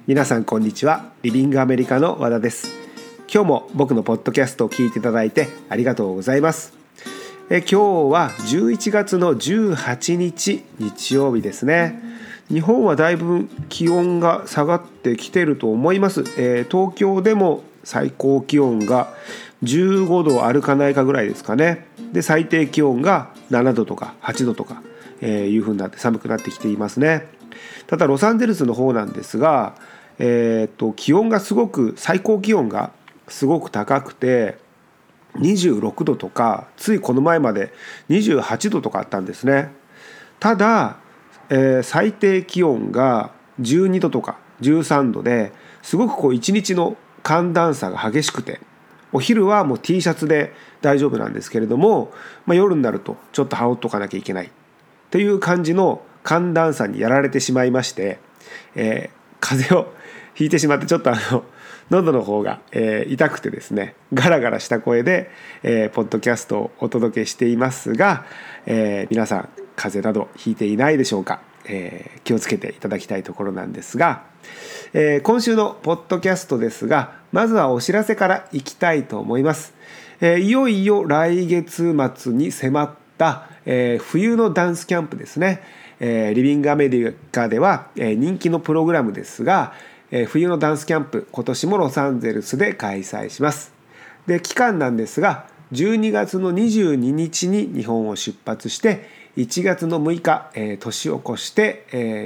皆さんこんにちは。リビングアメリカの和田です。今日も僕のポッドキャストを聞いていただいてありがとうございます。今日は11月の18日日曜日ですね。日本はだいぶ気温が下がってきていると思います。東京でも最高気温が15度あるかないかぐらいですかね。で最低気温が7度とか8度とか、いう風になって寒くなってきていますね。ただロサンゼルスの方なんですが、気温がすごく最高気温がすごく高くて26度とかついこの前まで28度とかあったんですね。ただ、最低気温が12度とか13度ですごく一日の寒暖差が激しくて、お昼はもう T シャツで大丈夫なんですけれども、夜になるとちょっと羽織っとかなきゃいけないという感じの寒暖差にやられてしまいまして、風邪をひいてしまってちょっと喉の方が、痛くてですね、ガラガラした声で、ポッドキャストをお届けしていますが、皆さん風邪などひいていないでしょうか。気をつけていただきたいところなんですが、今週のポッドキャストですが、まずはお知らせからいきたいと思います。いよいよ来月末に迫った、冬のダンスキャンプですね。リビングアメリカでは、人気のプログラムですが、冬のダンスキャンプ今年もロサンゼルスで開催します。で期間なんですが12月の22日に日本を出発して1月の6日、年を越して、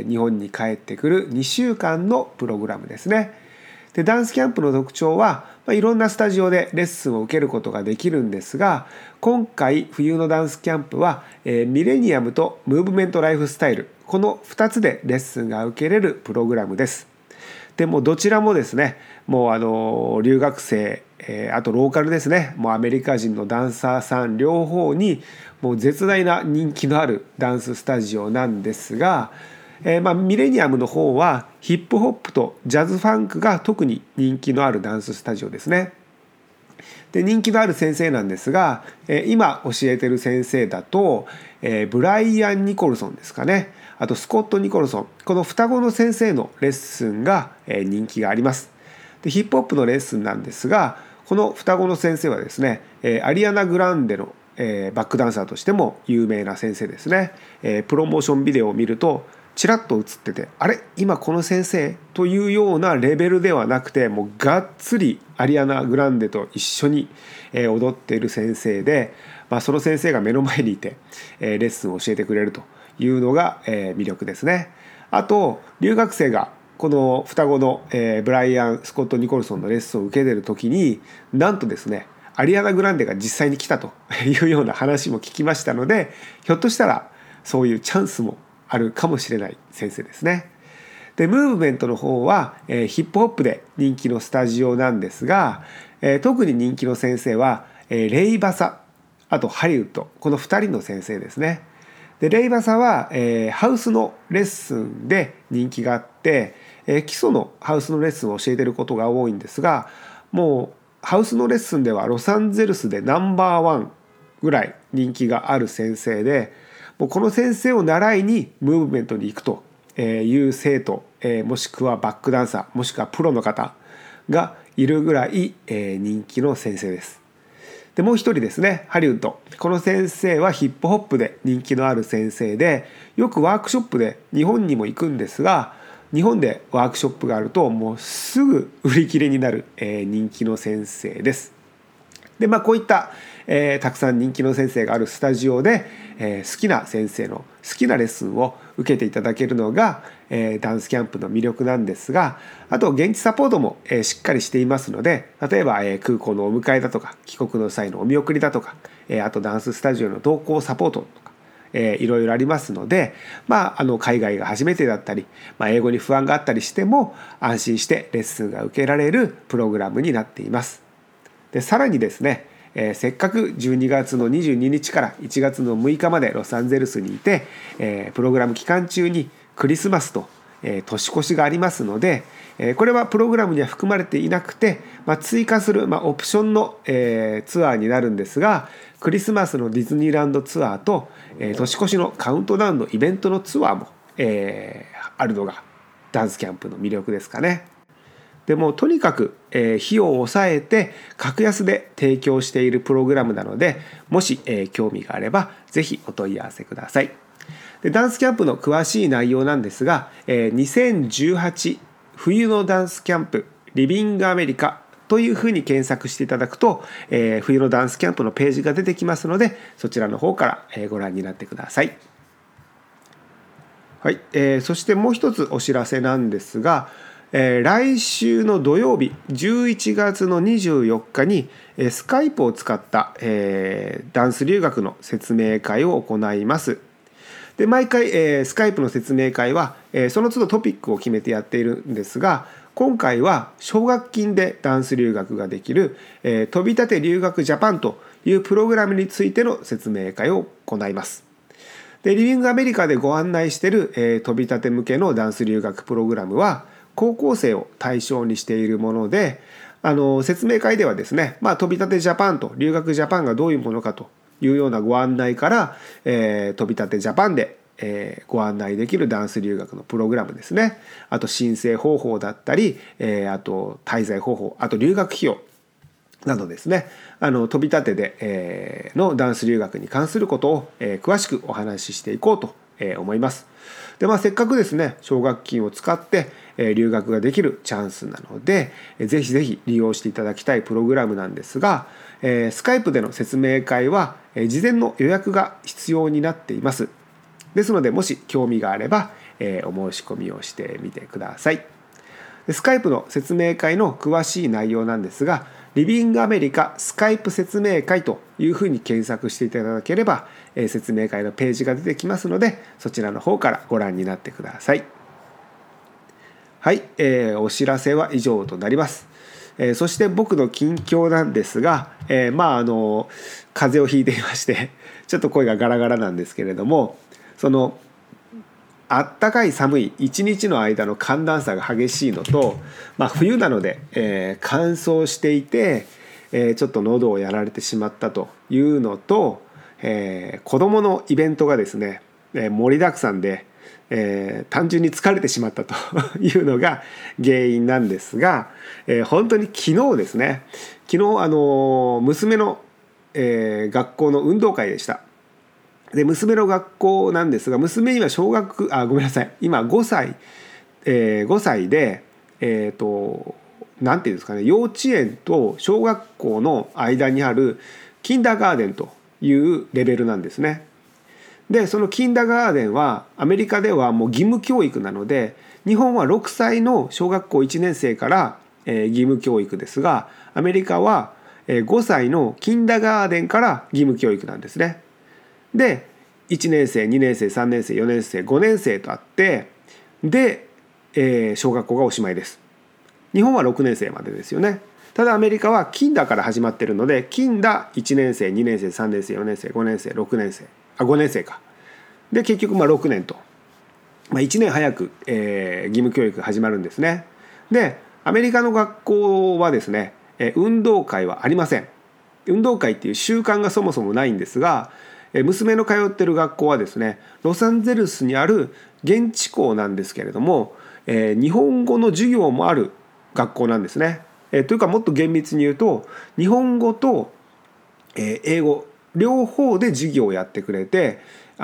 日本に帰ってくる2週間のプログラムですね。でダンスキャンプの特徴は、いろんなスタジオでレッスンを受けることができるんですが、今回冬のダンスキャンプは、ミレニアムとムーブメントライフスタイル、この2つでレッスンが受けれるプログラムです。でもどちらもですね、もう留学生、あとローカルですね、もうアメリカ人のダンサーさん両方にもう絶大な人気のあるダンススタジオなんですが、ミレニアムの方はヒップホップとジャズファンクが特に人気のあるダンススタジオですね。で人気のある先生なんですが、今教えてる先生だと、ブライアン・ニコルソンですかね、あとスコット・ニコルソン、この双子の先生のレッスンが、人気があります。でヒップホップのレッスンなんですが、この双子の先生はですね、アリアナ・グランデの、バックダンサーとしても有名な先生ですね。プロモーションビデオを見るとちらっと映ってて、あれ今この先生というようなレベルではなくて、もうがっつりアリアナ・グランデと一緒に踊っている先生で、その先生が目の前にいてレッスンを教えてくれるというのが魅力ですね。あと留学生がこの双子のブライアン・スコット・ニコルソンのレッスンを受けている時に、なんとですねアリアナ・グランデが実際に来たというような話も聞きましたので、ひょっとしたらそういうチャンスもあるかもしれない先生ですね。でムーブメントの方は、ヒップホップで人気のスタジオなんですが、特に人気の先生は、レイバサ、あとハリウッド、この2人の先生ですね。でレイバサは、ハウスのレッスンで人気があって、基礎のハウスのレッスンを教えていることが多いんですが、もうハウスのレッスンではロサンゼルスでナンバーワンぐらい人気がある先生で、もうこの先生を習いにムーブメントに行くという生徒、もしくはバックダンサー、もしくはプロの方がいるぐらい人気の先生です。でもう一人ですね、ハリウッド、この先生はヒップホップで人気のある先生で、よくワークショップで日本にも行くんですが、日本でワークショップがあるともうすぐ売り切れになる人気の先生です。でこういった、たくさん人気の先生があるスタジオで、好きな先生の好きなレッスンを受けていただけるのが、ダンスキャンプの魅力なんですが、あと現地サポートも、しっかりしていますので、例えば、空港のお迎えだとか帰国の際のお見送りだとか、あとダンススタジオの同行サポートとか、いろいろありますので、海外が初めてだったり、英語に不安があったりしても安心してレッスンが受けられるプログラムになっています。でさらにですね、せっかく12月の22日から1月の6日までロサンゼルスにいて、プログラム期間中にクリスマスと、年越しがありますので、これはプログラムには含まれていなくて、追加する、オプションの、ツアーになるんですが、クリスマスのディズニーランドツアーと、年越しのカウントダウンのイベントのツアーも、あるのがダンスキャンプの魅力ですかね。でもとにかく、費用を抑えて格安で提供しているプログラムなので、もし、興味があればぜひお問い合わせください。でダンスキャンプの詳しい内容なんですが、2018冬のダンスキャンプリビングアメリカというふうに検索していただくと、冬のダンスキャンプのページが出てきますので、そちらの方から、ご覧になってください。はい、そしてもう一つお知らせなんですが、来週の土曜日11月の24日に、スカイプを使った、ダンス留学の説明会を行います。で毎回、スカイプの説明会は、その都度トピックを決めてやっているんですが、今回は奨学金でダンス留学ができる、飛び立て留学ジャパンというプログラムについての説明会を行います。でリビングアメリカでご案内している、飛び立て向けのダンス留学プログラムは高校生を対象にしているもので、説明会ではですね、飛び立てジャパンと留学ジャパンがどういうものかというようなご案内から、飛び立てジャパンで、ご案内できるダンス留学のプログラムですね、あと申請方法だったり、あと滞在方法、あと留学費用などですね、飛び立てで、のダンス留学に関することを、詳しくお話ししていこうと、思います。でせっかくですね奨学金を使って、留学ができるチャンスなので、ぜひぜひ利用していただきたいプログラムなんですが、スカイプでの説明会は、事前の予約が必要になっています。ですのでもし興味があれば、お申し込みをしてみてください。スカイプの説明会の詳しい内容なんですが、リビングアメリカスカイプ説明会というふうに検索していただければ、説明会のページが出てきますので、そちらの方からご覧になってください。はい、お知らせは以上となります。そして僕の近況なんですが、風邪をひいていましてちょっと声がガラガラなんですけれども、そのあったかい寒い一日の間の寒暖差が激しいのと、冬なので、乾燥していて、ちょっと喉をやられてしまったというのと、子どものイベントがですね、盛りだくさんで、単純に疲れてしまったというのが原因なんですが、本当に昨日ですね、昨日娘の、学校の運動会でした。で娘の学校なんですが、娘今今5歳、5歳でなんていうんですかね、幼稚園と小学校の間にあるキンダーガーデンというレベルなんですね。でそのキンダーガーデンはアメリカではもう義務教育なので、日本は6歳の小学校1年生から、義務教育ですが、アメリカは5歳のキンダーガーデンから義務教育なんですね。で1年生2年生3年生4年生5年生とあって、で、小学校がおしまいです。日本は6年生までですよね。ただアメリカはキンダから始まっているので、キンダ1年生2年生3年生4年生5年生6年生5年生かで、結局6年と、1年早く、義務教育が始まるんですね。でアメリカの学校はですね、運動会はありません。運動会っていう習慣がそもそもないんですが、娘の通ってる学校はですね、ロサンゼルスにある現地校なんですけれども、日本語の授業もある学校なんですね。というかもっと厳密に言うと、日本語と、英語両方で授業をやってくれて、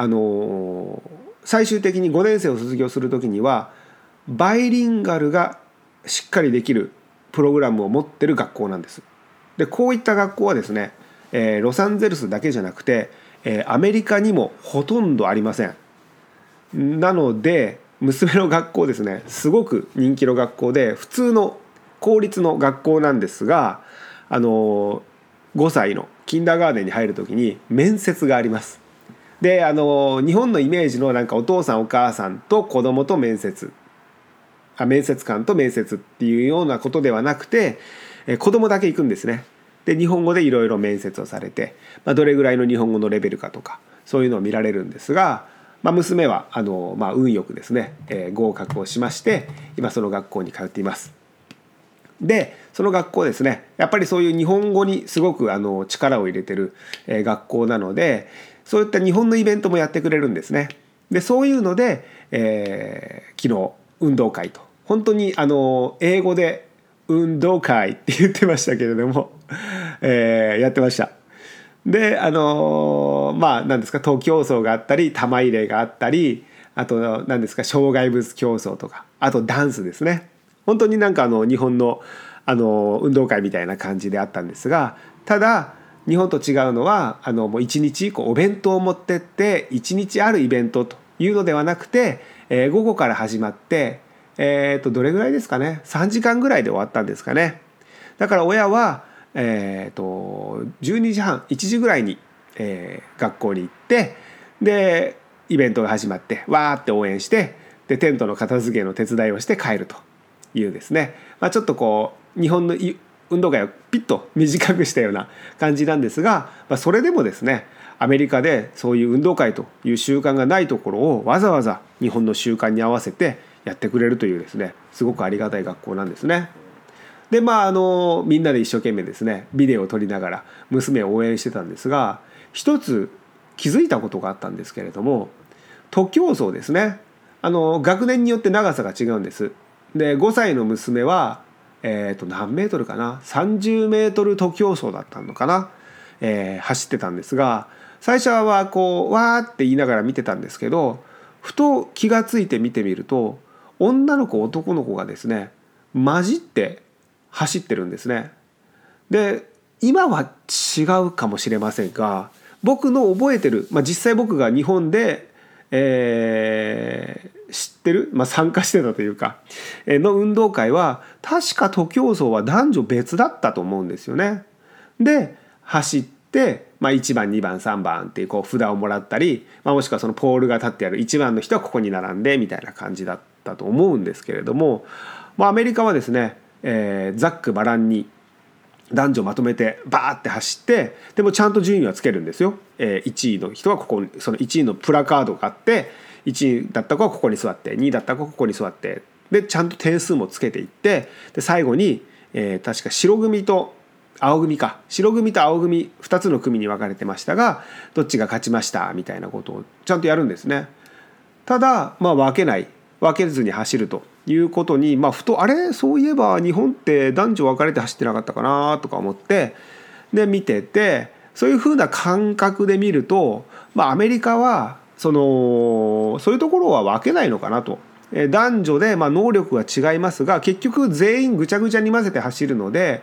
最終的に5年生を卒業する時にはバイリンガルがしっかりできるプログラムを持ってる学校なんです。でこういった学校はですね、ロサンゼルスだけじゃなくてアメリカにもほとんどありません。なので娘の学校ですね、すごく人気の学校で、普通の公立の学校なんですが、5歳のキンダーガーデンに入るときに面接があります。で日本のイメージのなんかお父さんお母さんと子供と面接官と面接っていうようなことではなくて、子供だけ行くんですね。で日本語でいろいろ面接をされて、どれぐらいの日本語のレベルかとかそういうのを見られるんですが、娘は運よくですね、合格をしまして、今その学校に通っています。でその学校ですね、やっぱりそういう日本語にすごく力を入れてる、学校なので、そういった日本のイベントもやってくれるんですね。でそういうので、昨日運動会と、本当に英語で運動会って言ってましたけれども、やってました。で何ですか、徒競走があったり玉入れがあったり、あと何ですか、障害物競争とか、あとダンスですね。本当になんか日本の運動会みたいな感じであったんですが、ただ日本と違うのはもう一日お弁当を持ってって一日あるイベントというのではなくて、午後から始まって、どれぐらいですかね、3時間ぐらいで終わったんですかね。だから親は12時半1時ぐらいに、学校に行って、でイベントが始まってわーって応援して、でテントの片付けの手伝いをして帰るというですね、ちょっと日本の運動会をピッと短くしたような感じなんですが、それでもですね、アメリカでそういう運動会という習慣がないところをわざわざ日本の習慣に合わせてやってくれるというですね、すごくありがたい学校なんですね。でみんなで一生懸命ですね、ビデオを撮りながら娘を応援してたんですが、一つ気づいたことがあったんですけれども、徒競走ですね、学年によって長さが違うんです。で5歳の娘は何メートルかな、30メートル徒競走だったのかな、走ってたんですが、最初はわーって言いながら見てたんですけど、ふと気がついて見てみると、女の子男の子がですね混じって走ってるんですね。で今は違うかもしれませんが、僕の覚えてる、実際僕が日本で、知ってる、参加してたというか、の運動会は確か徒競走は男女別だったと思うんですよね。で走って、1番2番3番っていう札をもらったり、もしくはそのポールが立ってある1番の人はここに並んでみたいな感じだったと思うんですけれども、アメリカはですね、ざっくばらんに男女まとめてバーって走って、でもちゃんと順位はつけるんですよ。1位の人はここに、その1位のプラカードがあって、1位だった子はここに座って、2位だった子はここに座って、でちゃんと点数もつけていって、で最後に、確か白組と青組か、白組と青組2つの組に分かれてましたが、どっちが勝ちましたみたいなことをちゃんとやるんですね。ただ分けずに走るということに、ふとそういえば日本って男女分かれて走ってなかったかなとか思って、で見てて、そういう風な感覚で見ると、アメリカはそういうところは分けないのかなと。男女で能力は違いますが、結局全員ぐちゃぐちゃに混ぜて走るので、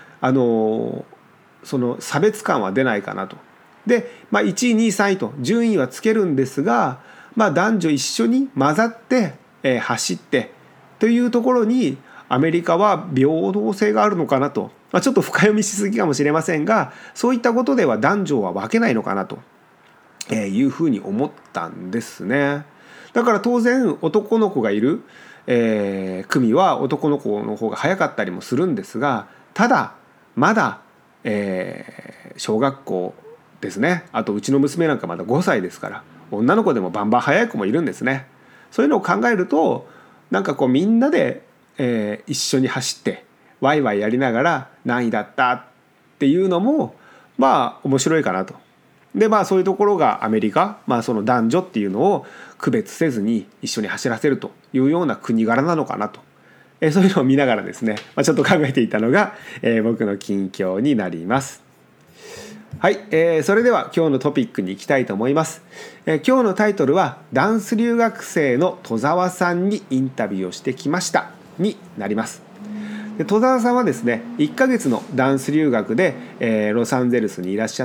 その差別感は出ないかなと。で、1位2位3位と順位はつけるんですが、男女一緒に混ざって、走ってというところにアメリカは平等性があるのかなと、ちょっと深読みしすぎかもしれませんが、そういったことでは男女は分けないのかなというふうに思ったんですね。だから当然男の子がいる、組は男の子の方が早かったりもするんですが、ただまだ、小学校ですね。あとうちの娘なんかまだ5歳ですから、女の子でもバンバン早い子もいるんですね。そういうのを考えると、なんかみんなで、一緒に走ってワイワイやりながら何位だったっていうのも面白いかなと。でそういうところがアメリカ、その男女っていうのを区別せずに一緒に走らせるというような国柄なのかなと、そういうのを見ながらですね、ちょっと考えていたのが、僕の近況になります。はい、それでは今日のトピックに行きたいと思います。今日のタイトルはダンス留学生の戸沢さんにインタビューをしてきましたになります。で戸沢さんはですね、1ヶ月のダンス留学で、ロサンゼルスにいらっしゃって、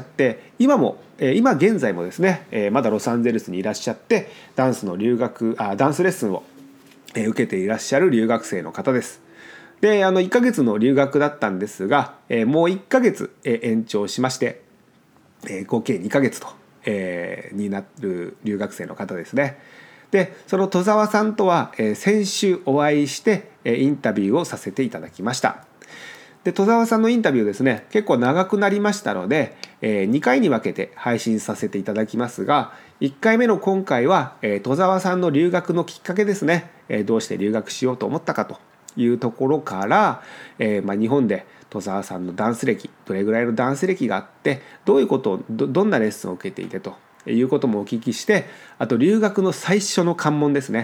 今現在もですね、まだロサンゼルスにいらっしゃってダンスレッスンを、受けていらっしゃる留学生の方です。で1ヶ月の留学だったんですが、もう1ヶ月、延長しまして、合計2ヶ月と、になる留学生の方ですね。でその戸沢さんとは、先週お会いして、インタビューをさせていただきました。で戸沢さんのインタビューですね、結構長くなりましたので、2回に分けて配信させていただきますが、1回目の今回は、戸沢さんの留学のきっかけですね、どうして留学しようと思ったかというところから、日本で戸沢さんのダンス歴、どれぐらいのダンス歴があって、どういうことを どんなレッスンを受けていてということもお聞きして、あと留学の最初の関門ですね、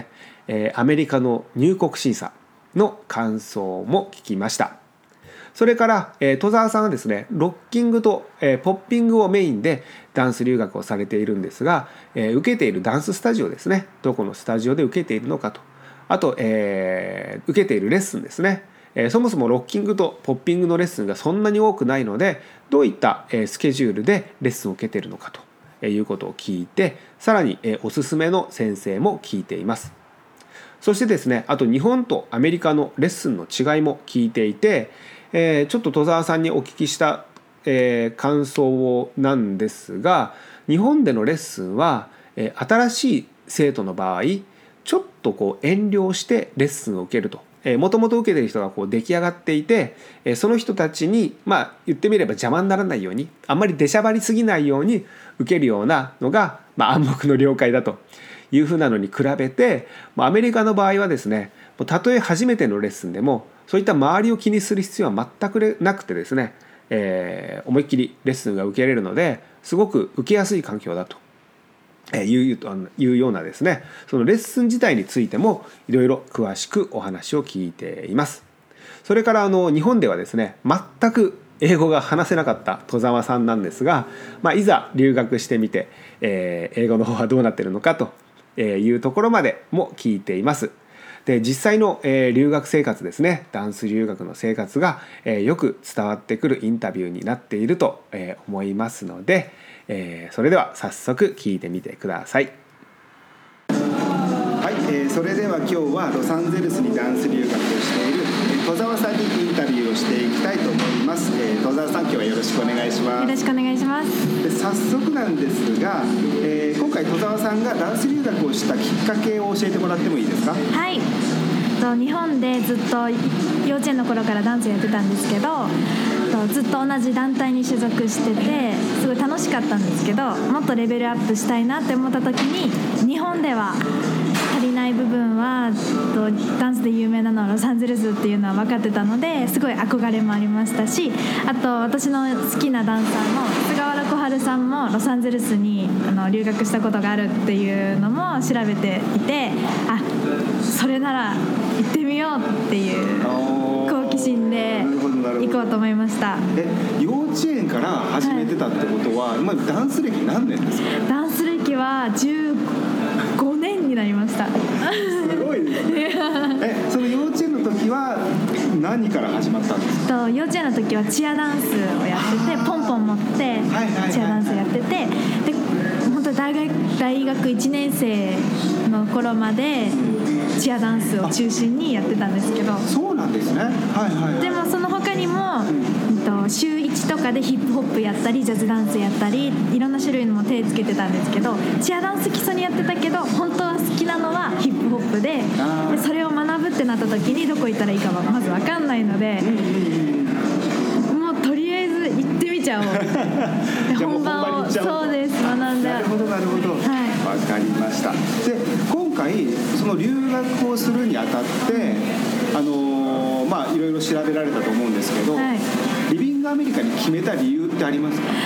アメリカの入国審査の感想も聞きました。それから、戸沢さんはですね、ロッキングと、ポッピングをメインでダンス留学をされているんですが、受けているダンススタジオですね、どこのスタジオで受けているのかと、あと、受けているレッスンですね、そもそもロッキングとポッピングのレッスンがそんなに多くないので、どういった、スケジュールでレッスンを受けているのかということを聞いて、さらに、おすすめの先生も聞いています。そしてですね、あと日本とアメリカのレッスンの違いも聞いていて、ちょっと戸沢さんにお聞きした、感想なんですが、日本でのレッスンは、新しい生徒の場合ちょっとこう遠慮してレッスンを受けると、もともと受けている人がこう出来上がっていて、その人たちに言ってみれば邪魔にならないように、あんまり出しゃばりすぎないように受けるようなのが、暗黙の了解だというふうなのに比べて、アメリカの場合はですね、たとえ初めてのレッスンでもそういった周りを気にする必要は全くなくてですね、思いっきりレッスンが受けられるので、すごく受けやすい環境だというようなですね、そのレッスン自体についてもいろいろ詳しくお話を聞いています。それから日本ではですね、全く英語が話せなかった戸沢さんなんですが、いざ留学してみて、英語の方はどうなっているのかというところまでも聞いています。で、実際の、留学生活ですね、ダンス留学の生活が、よく伝わってくるインタビューになっていると、思いますので、それでは早速聞いてみてください。 はい、それでは今日はロサンゼルスにダンス留学をしている戸沢さんにインタビューをしていきたいと思います。戸沢さん、今日はよろしくお願いします。 よろしくお願いします。 で、早速なんですが、今回戸沢さんがダンス留学をしたきっかけを教えてもらってもいいですか？ はい、日本でずっと幼稚園の頃からダンスやってたんですけど、ずっと同じ団体に所属しててすごい楽しかったんですけど、もっとレベルアップしたいなって思った時に、日本では足りない部分はダンスで有名なのはロサンゼルスっていうのは分かってたので、すごい憧れもありましたし、あと私の好きなダンサーの菅原小春さんもロサンゼルスに留学したことがあるっていうのも調べていて、それなら行ってみようっていう好奇心で行こうと思いました。 幼稚園から始めてたってことは、今ダンス歴何年ですか？ ダンス歴は15年になりました。 すごいですね。その幼稚園の時は何から始まったんですか？ 幼稚園の時はチアダンスをやってて、ポンポン持ってチアダンスをやってて、で本当大学1年生の頃までチアダンスを中心にやってたんですけど。 そうなんですね。 でもその他にも、週1とかでヒップホップやったりジャズダンスやったり、いろんな種類のも手つけてたんですけど、チアダンス基礎にやってたけど本当は好きなのはヒップホップで、それを学ぶってなった時にどこ行ったらいいかはまず分かんないので、もうとりあえず行ってみちゃおうで本番をそうです学んで。 なるほど、はい、分かりました。で、今回その留学をするにあたっていろいろ調べられたと思うんですけど、リビングアメリカに決めた理由ってありますか？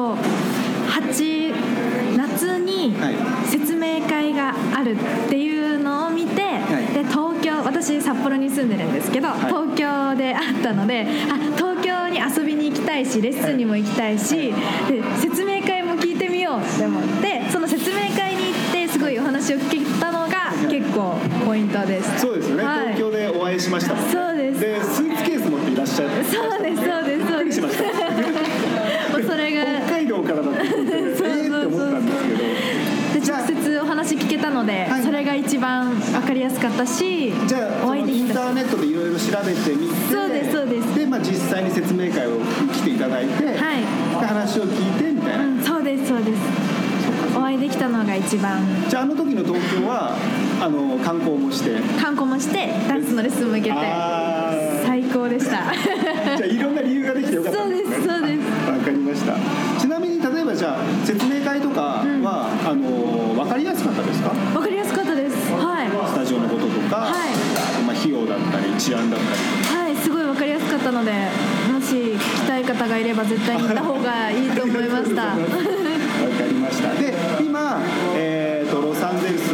夏に説明会があるっていうのを見て、で私札幌に住んでるんですけど、東京であったので、東京に遊びに行きたいしレッスンにも行きたいし、で説明会も聞いてみようって思って、その説明会に行ってすごいお話を聞けたのが結構ポイントです。 そうですよね、東京でお会いしましたもんね。 そうです。 でスーツケース持っていらっしゃって、 そうですびっくりしましたそれが北海道からだったんでって思ったんですけど、 直接お話聞けたので、それが一番分かりやすかったし、 じゃあインターネットでいろいろ調べてみて、 そうですで、実際に説明会を来ていただいて、で話を聞いてみたいな、 そうですお会いできたのが一番。 じゃあ時の東京は観光もしてダンスのレッスンも受けて最高でした。 じゃあいろんな理由ができてよかったんですね。 そうですわかりました。ちなみに例えばじゃあ説明会とかは、分かりやすかったですか？ 分かりやすかったです。 スタジオのこととか、費用だったり治安だったりとか、 すごい分かりやすかったので、もし来たい方がいれば絶対に行った方がいいと思いました。 わかりました。で、今、ロサンゼルスにいらっし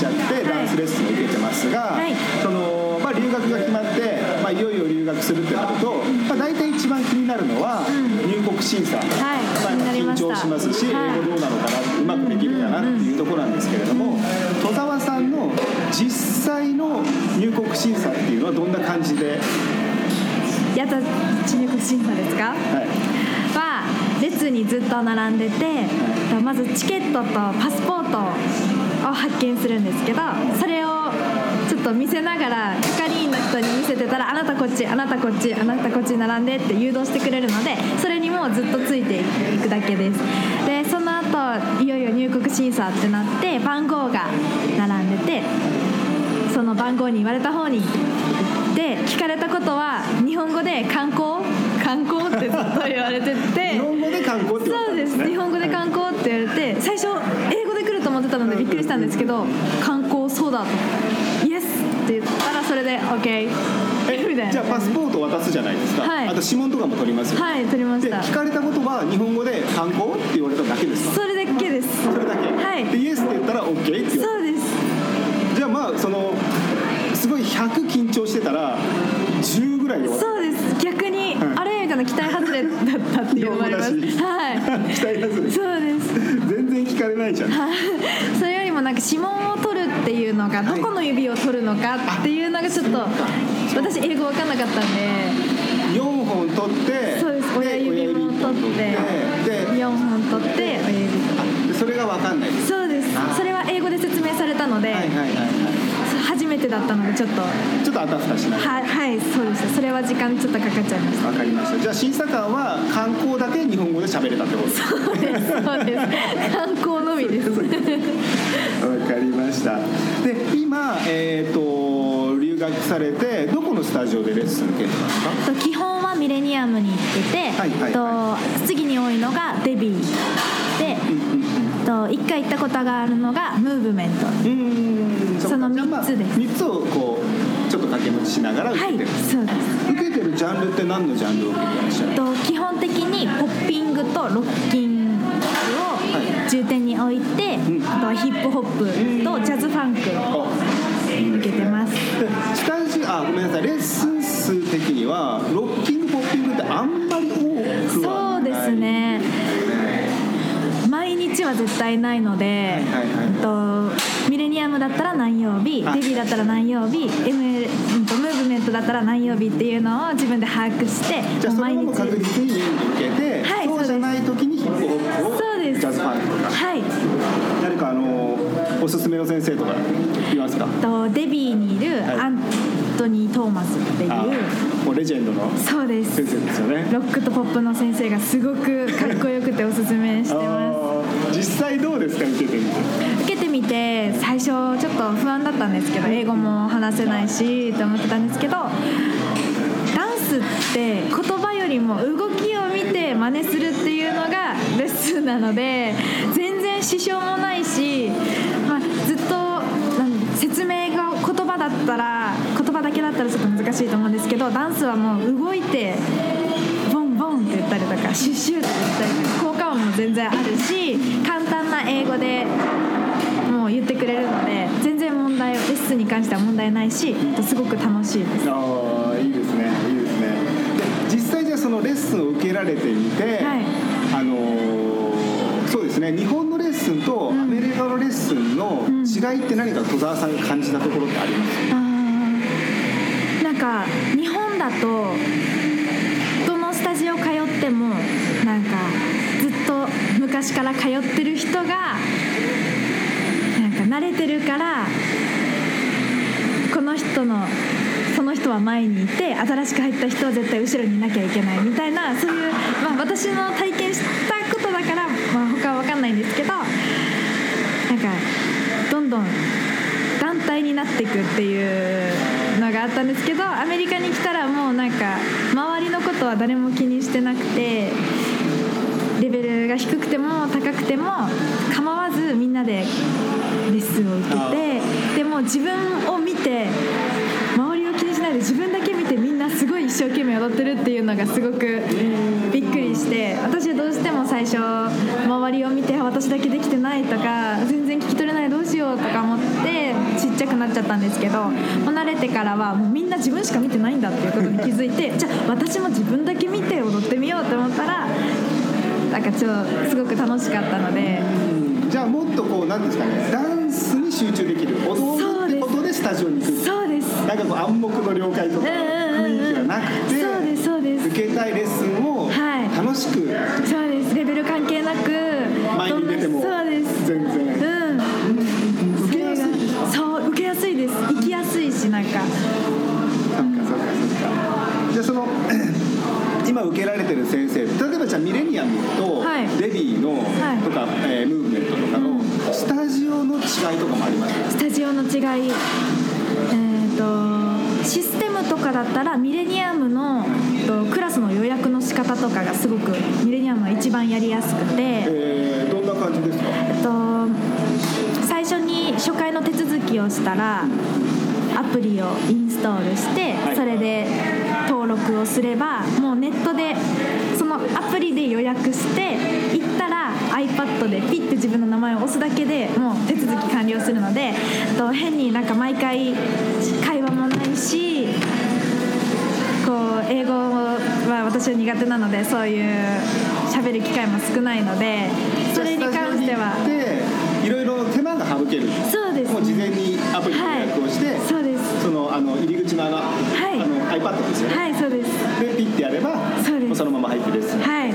しゃってダンスレッスンを受けてますが、その留学が決まって、いよいよ留学するってなると、大体一番気になるのは入国審査、緊張しますし、英語どうなのかな、うまくできるかなっていうところなんですけれども、戸澤さんの実際の入国審査っていうのはどんな感じでやった入国審査ですか？は列にずっと並んでて、まずチケットとパスポートを発見するんですけど、それをちょっと見せながら係員の人に見せてたら、あなたこっち、あなたこっち、あなたこっち並んでって誘導してくれるので、それにもうずっとついていくだけです。でその後いよいよ入国審査ってなって番号が並んでて、その番号に言われた方に行って聞かれたことは日本語で観光ってずっと言われてて日本語で観光って言われたんですね。 そうです、日本語で観光って言われて、最初英語で来ると思ってたのでびっくりしたんですけど、観光そうだとイエスって言ったらそれで OK みたいな。 じゃあパスポート渡すじゃないですか、あと指紋とかも取りますよね。 はい取りました。 で聞かれたことは日本語で観光って言われただけですか？ それだけです。 それだけ、でイエスって言ったら OK って言われた。 そうです。 じゃあそのすごい100緊張してたら10ぐらいで終わった。 そうです、逆に、あれみたいな期待外れだったっていうのもあります。 期待外れ。 そうです。 全然聞かれないじゃん。 それよりも指紋を取るっていうのが、どこの指を取るのかっていうのがちょっと私英語分かんなかったんで、 4本取って、 そうです、親指も取って4本取って親指、 それが分かんないです。 そうです、それは英語で説明されたので、初めてだったのでちょっとあたふたしない。 はいそうです。それは時間ちょっとかかっちゃいました。 わかりました。じゃあ審査官は観光だけ日本語で喋れたってことですか？ そうですそうです観光のみですわかりました。で今留学されてどこのスタジオでレッスン受けてますか？ 基本はミレニアムに行ってて、次に多いのがデビーで、1回行ったことがあるのがムーブメント、その3つです。 3つをこうちょっと掛け持ちしながら受けてる、 そうです。 受けてるジャンルって何のジャンルを受けていらっしゃる？ 基本的にポッピングとロッキングを重点に置いて、あとはヒップホップとジャズファンクを受けてます。 ごめんなさい、レッスン数的にはロッキングポッピングってあんまり多くはない。 そうですね、毎日は絶対ないので、ミレニアムだったら何曜日、デビーだったら何曜日、ムーブメントだったら何曜日っていうのを自分で把握して、 じゃあそれも確実に受けて、そうじゃない時にヒップホップを、ジャズファンクとか、誰かおすすめの先生とかいますか？ デビーにいるアントニー・トーマスっていうもうレジェンドの先生ですよね。 ロックとポップの先生がすごくかっこよくておすすめしてます実際どうですか？受けてみて最初ちょっと不安だったんですけど、英語も話せないしって思ってたんですけど、ダンスって言葉よりも動きを見て真似するっていうのがレッスンなので、全然支障もないし、ずっと説明が言葉だけだったらちょっと難しいと思うんですけど、ダンスはもう動いてボンボンって言ったりとかシュッシュッって言ったり効果音も全然あるし、簡単な英語でもう言ってくれるので、全然レッスンに関しては問題ないし、すごく楽しいです。 いいですね、いいですね。で実際じゃあそのレッスンを受けられてみて、そうですね、日本のレッスンとアメリカのレッスンの違いって何か戸澤さんが感じたところってありますか？ 日本だとどのスタジオ通ってもずっと昔から通ってる人が慣れてるから、その人は前にいて、新しく入った人は絶対後ろにいなきゃいけないみたいな、そういう、私の体験したことだから、他は分かんないんですけど、どんどん団体になっていくっていうのがあったんですけど、アメリカに来たらもう周りのことは誰も気にしてなくて、レベルが低くても高くても構わずみんなでレッスンを受けて、でも自分を見て、周りを気にしないで自分だけ見て、みんなすごい一生懸命踊ってるっていうのがすごくびっくりして、私はどうしても最初周りを見て私だけできてないとか、全然聞き取れないどうしようとか思ってちっちゃくなっちゃったんですけど、もう慣れてからはもうみんな自分しか見てないんだっていうことに気づいてじゃあ私も自分だけ見て踊ってみようと思ったらなんかすごく楽しかったので、 じゃあもっとこうなんですかね、ダンスに集中できる、踊るってことでスタジオに行く。 そうです。 なんかこう暗黙の了解とか雰囲気がなくて、 そうです。 受けたいレッスンを楽しく、 そうです。レベル関係なく前に出ても全然、受けやすい。 そう受けやすいです。行きやすいしなんか。 じゃあその今受けられてる先生、例えばじゃあミレニアムとデビーのとか、ムーブメントとかのスタジオの違いとかもありますか？ スタジオの違い、システムとかだったらミレニアムのクラスの予約の仕方とかがすごくミレニアムは一番やりやすくて、 どんな感じですか？ 最初に初回の手続きをしたらアプリをインストールして、それで登録をすればもうネットでそのアプリで予約して行ったら iPad でピッて自分の名前を押すだけでもう手続き完了するので、変になんか毎回会話もないし、こう英語は私は苦手なのでそういう喋る機会も少ないので、それに関してはいろいろ手間が省ける。 そうです。 もう事前にアプリで予約をして、 そうです。 その入り口のiPad ですよね。 はい、そうです。 でピッてやればそのまま入ってです。 はい。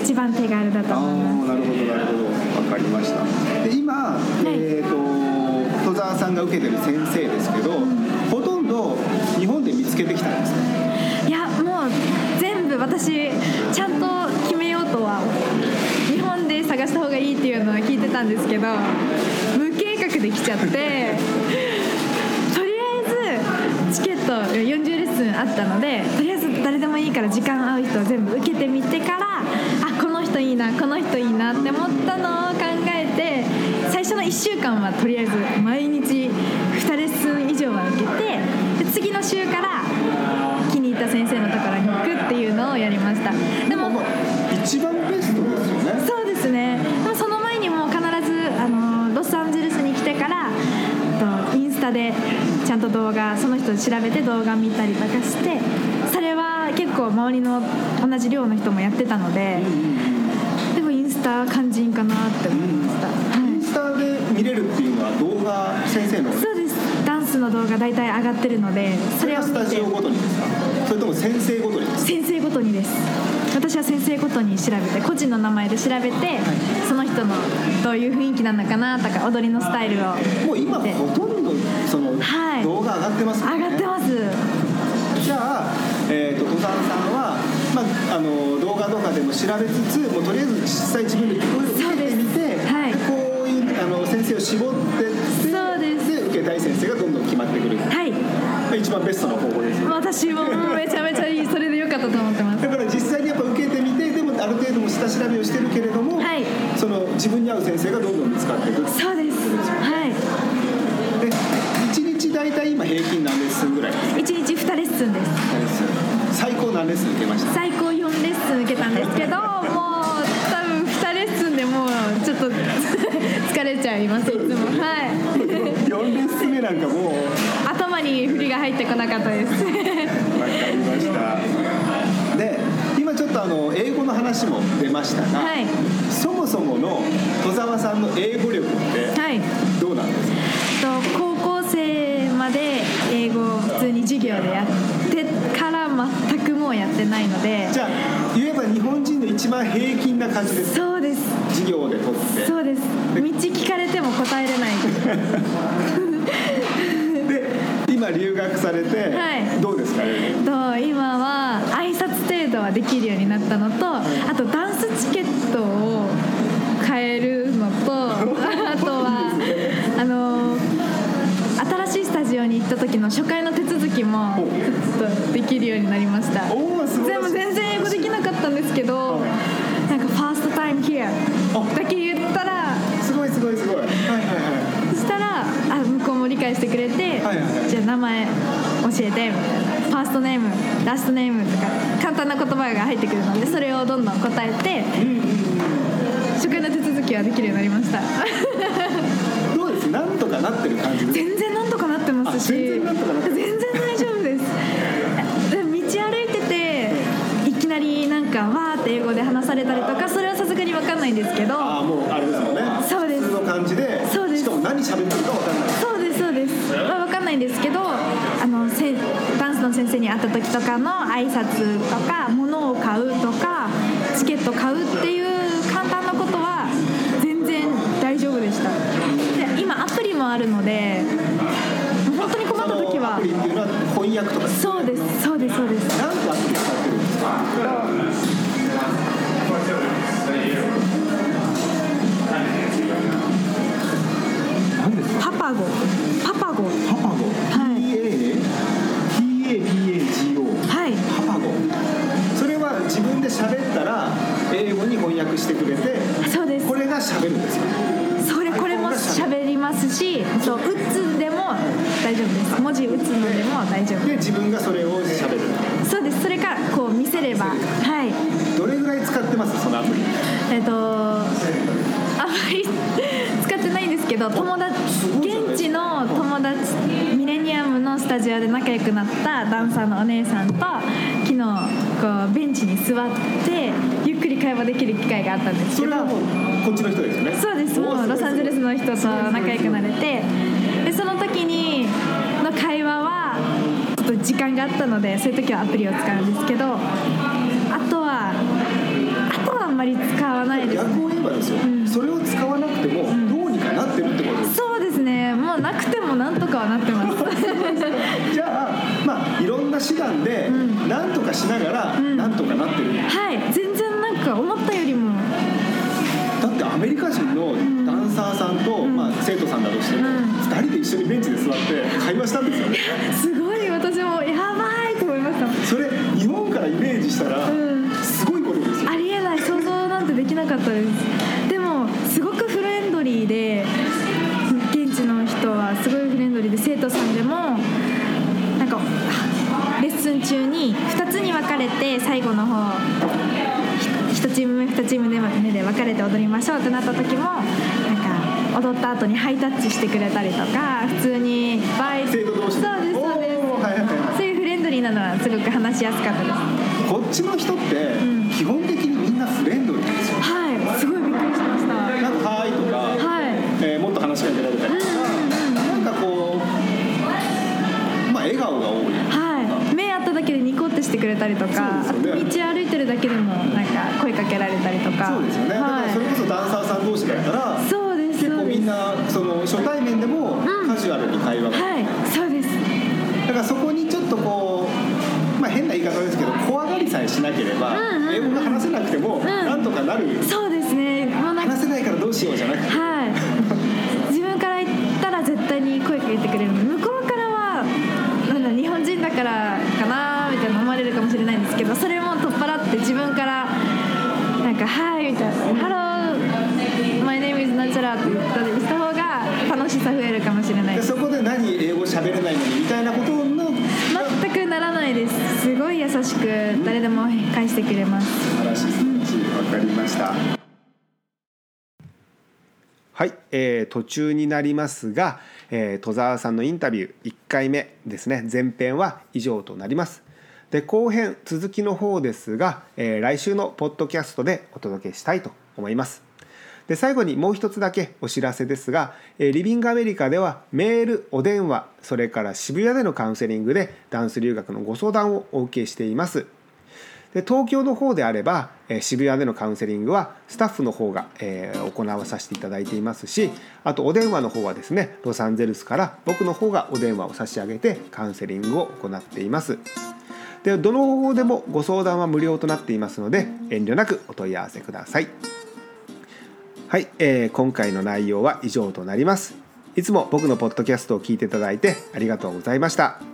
一番手軽だと思います。 なるほどなるほど、分かりました。で今、戸沢さんが受けてる先生ですけど、ほとんど日本で見つけてきたんですか？ いやもう全部私ちゃんと決めようとは日本で探した方がいいっていうのは聞いてたんですけど、無計画で来ちゃってとりあえずチケット40レッスンあったので、とりあえず誰でもいいから時間合う人を全部受けてみてから、この人いいなこの人いいなって思ったのを考えて、最初の1週間はとりあえず毎日2レッスン以上は受けて、で次の週から気に入った先生のところに行くっていうのをやりました。でも一番ベストですよね。 そうですね。でもその前にも必ずロサンゼルスに来てからインスタでちゃんと動画その人調べて動画見たりとかして、それは結構周りの同じ寮の人もやってたので、でもインスタ肝心かなって思いました。 インスタで見れるっていうのは動画先生の？ そうです。ダンスの動画大体上がってるので、 それはスタジオごとにですか？それとも先生ごとにですか？ 先生ごとにです。私は先生ごとに調べて、個人の名前で調べて、その人のどういう雰囲気なのかなとか踊りのスタイルをもう今ほとんどその動画上がってますよね。 上がってます。 じゃあ、戸沢さんは、動画とかでも調べつつ、もうとりあえず実際自分でいろいろ受けてみて、こういう先生を絞ってってで受けたい先生がどんどん決まってくる。 はい。 一番ベストな方法です。 私もめちゃめちゃいい。それで良かったと思ってます。 だから実際にやっぱ受けてみて、でもある程度も下調べをしてるけれども、その自分に合う先生がどんどん見つかっていく。 そうです。はい。 で1日大体今平均何レッスンぐらいですか？ 1日2レッスンです。 最高何レッスン受けました？ 最高4レッスン受けたんですけど、もう多分2レッスンでもうちょっと疲れちゃいますいつも。はい。 4レッスン目なんかもう頭に振りが入ってこなかったです。わかりました。で今ちょっと英語の話も出ましたが、そもそもの戸沢さんの英語力ってどうなんですか？ 高校生まで英語を普通に授業でやってから全くもうやってないので。 じゃあ言えば日本人の一番平均な感じですか？ そうです。 授業でとって。 そうです。道聞かれても答えれない。 で今留学されて、どうですかね？ 今は挨拶程度はできるようになったのと、あとダンスチケットを買えるのと、あとは新しいスタジオに行った時の初回の手続きもちょっとできるようになりました。全然英語できなかったんですけど、なんか First time here だけ言ったらすごい。 そしたら向こうも理解してくれて、じゃあ名前教えてみたいな、ファーストネームラストネームとか簡単な言葉が入ってくるので、それをどんどん答えて、初回の手続きはできるようになりました。 どうです？なんとかなってる感じです？ 全然なんとかなってますし、 全然なんとかなってます。 全然大丈夫です。道歩いてていきなりなんかわーって英語で話されたりとか、それはさすがに分かんないんですけど、 もうあれですもんね。 そうです。 普通の感じで、 そうです。 しかも何喋ってるか分かんない。 そうですそうです。分かんないんですけど、ダンスの先生に会った時とかの挨拶とか、物を買うとか、チケット買うっていう簡単なことは全然大丈夫でした。で、今アプリもあるので、本当に困った時は。 アプリっていうのは翻訳とか。 そうですそうですそうです。 何てアプリ使ってるんですか？何ですか？パパゴ。はい。PAPAGO。 はい。 パパゴ。それは自分で喋ったら英語に翻訳してくれて、 そうです。 これが喋るんですか？ これも喋りますし、打つでも大丈夫です。文字打つのでも大丈夫で、自分がそれを喋る。 そうです。それからこう見せれば、はい。 どれぐらい使ってますそのアプリ？ あんまり使ってないんですけど、現地の友達、ミレニアムのスタジオで仲良くなったダンサーのお姉さんと昨日こうベンチに座ってゆっくり会話できる機会があったんですけど、 それはもうこっちの人ですよね。 そうです。もうロサンゼルスの人と仲良くなれて、でその時にの会話はちょっと時間があったので、そういう時はアプリを使うんですけど、あとはあんまり使わないです。 逆を言えばですよ、それを使わなくてもどうにかなってるってことです。 そうですね。もうなくてもなんとかはなってますじゃあ、いろんな手段でなんとかしながらなんとかなってる。 はい。全然なんか思ったよりも。 だってアメリカ人のダンサーさんと、生徒さんだとしても、2人で一緒にベンチで座って会話したんですよね。 すごい。私もやばいと思いました。 それ日本からイメージしたらすごいことですよ。 ありえない。想像なんてできなかったです。でもすごくフレンドリーで、現地の人はすごいフレンドリーで、生徒さんでもなんかレッスン中に2つに分かれて、最後の方1チーム目2チーム目で分かれて踊りましょうってなった時も、なんか踊った後にハイタッチしてくれたりとか、普通に生徒同士で。 そうですそうです、そういうフレンドリーなのはすごく話しやすかったです。 こっちの人って基本的にみんなフレンドリーですよ。 はい。すごいびっくりしました。 なんかはーいとか、 はい、 もっと話しかけられたりとか、なんかこう、笑顔が多い。 はい。目合っただけでニコってしてくれたりとか、あと道歩いてるだけでもなんか声かけられたりとか。 そうですよね。だからそれこそダンサーさん同士だったら、 そうです。 結構みんなその初対面でもカジュアルに会話が、 はい、そうです。 だからそこにちょっとこう、変な言い方ですけど、怖がりさえしなければ、英語が話せなくてもなんとかなる。 そうですね。 話せないからどうしようじゃなくて、 はい、自分から言ったら絶対に声かけてくれるので、向こうからは日本人だからかなみたいな思われるかもしれないんですけど、それも取っ払って自分からなんかはいみたいな、Hello my name is Nachara って言ったりした方が楽しさ増えるかもしれないです。 そこで何英語喋れないのにみたいなことの全くならないです。すごい優しく誰でも返してくれます。 素晴らしい。わかりました。 はい、途中になりますが、戸沢さんのインタビュー1回目ですね、前編は以上となります。で、後編続きの方ですが、来週のポッドキャストでお届けしたいと思います。で、最後にもう一つだけお知らせですが、リビングアメリカではメール、お電話、それから渋谷でのカウンセリングでダンス留学のご相談をお受けしています。で、東京の方であれば、渋谷でのカウンセリングはスタッフの方が、行わさせていただいていますし、あとお電話の方はですね、ロサンゼルスから僕の方がお電話を差し上げてカウンセリングを行っています。で、どの方法でもご相談は無料となっていますので、遠慮なくお問い合わせください。はい、今回の内容は以上となります。いつも僕のポッドキャストを聞いていただいてありがとうございました。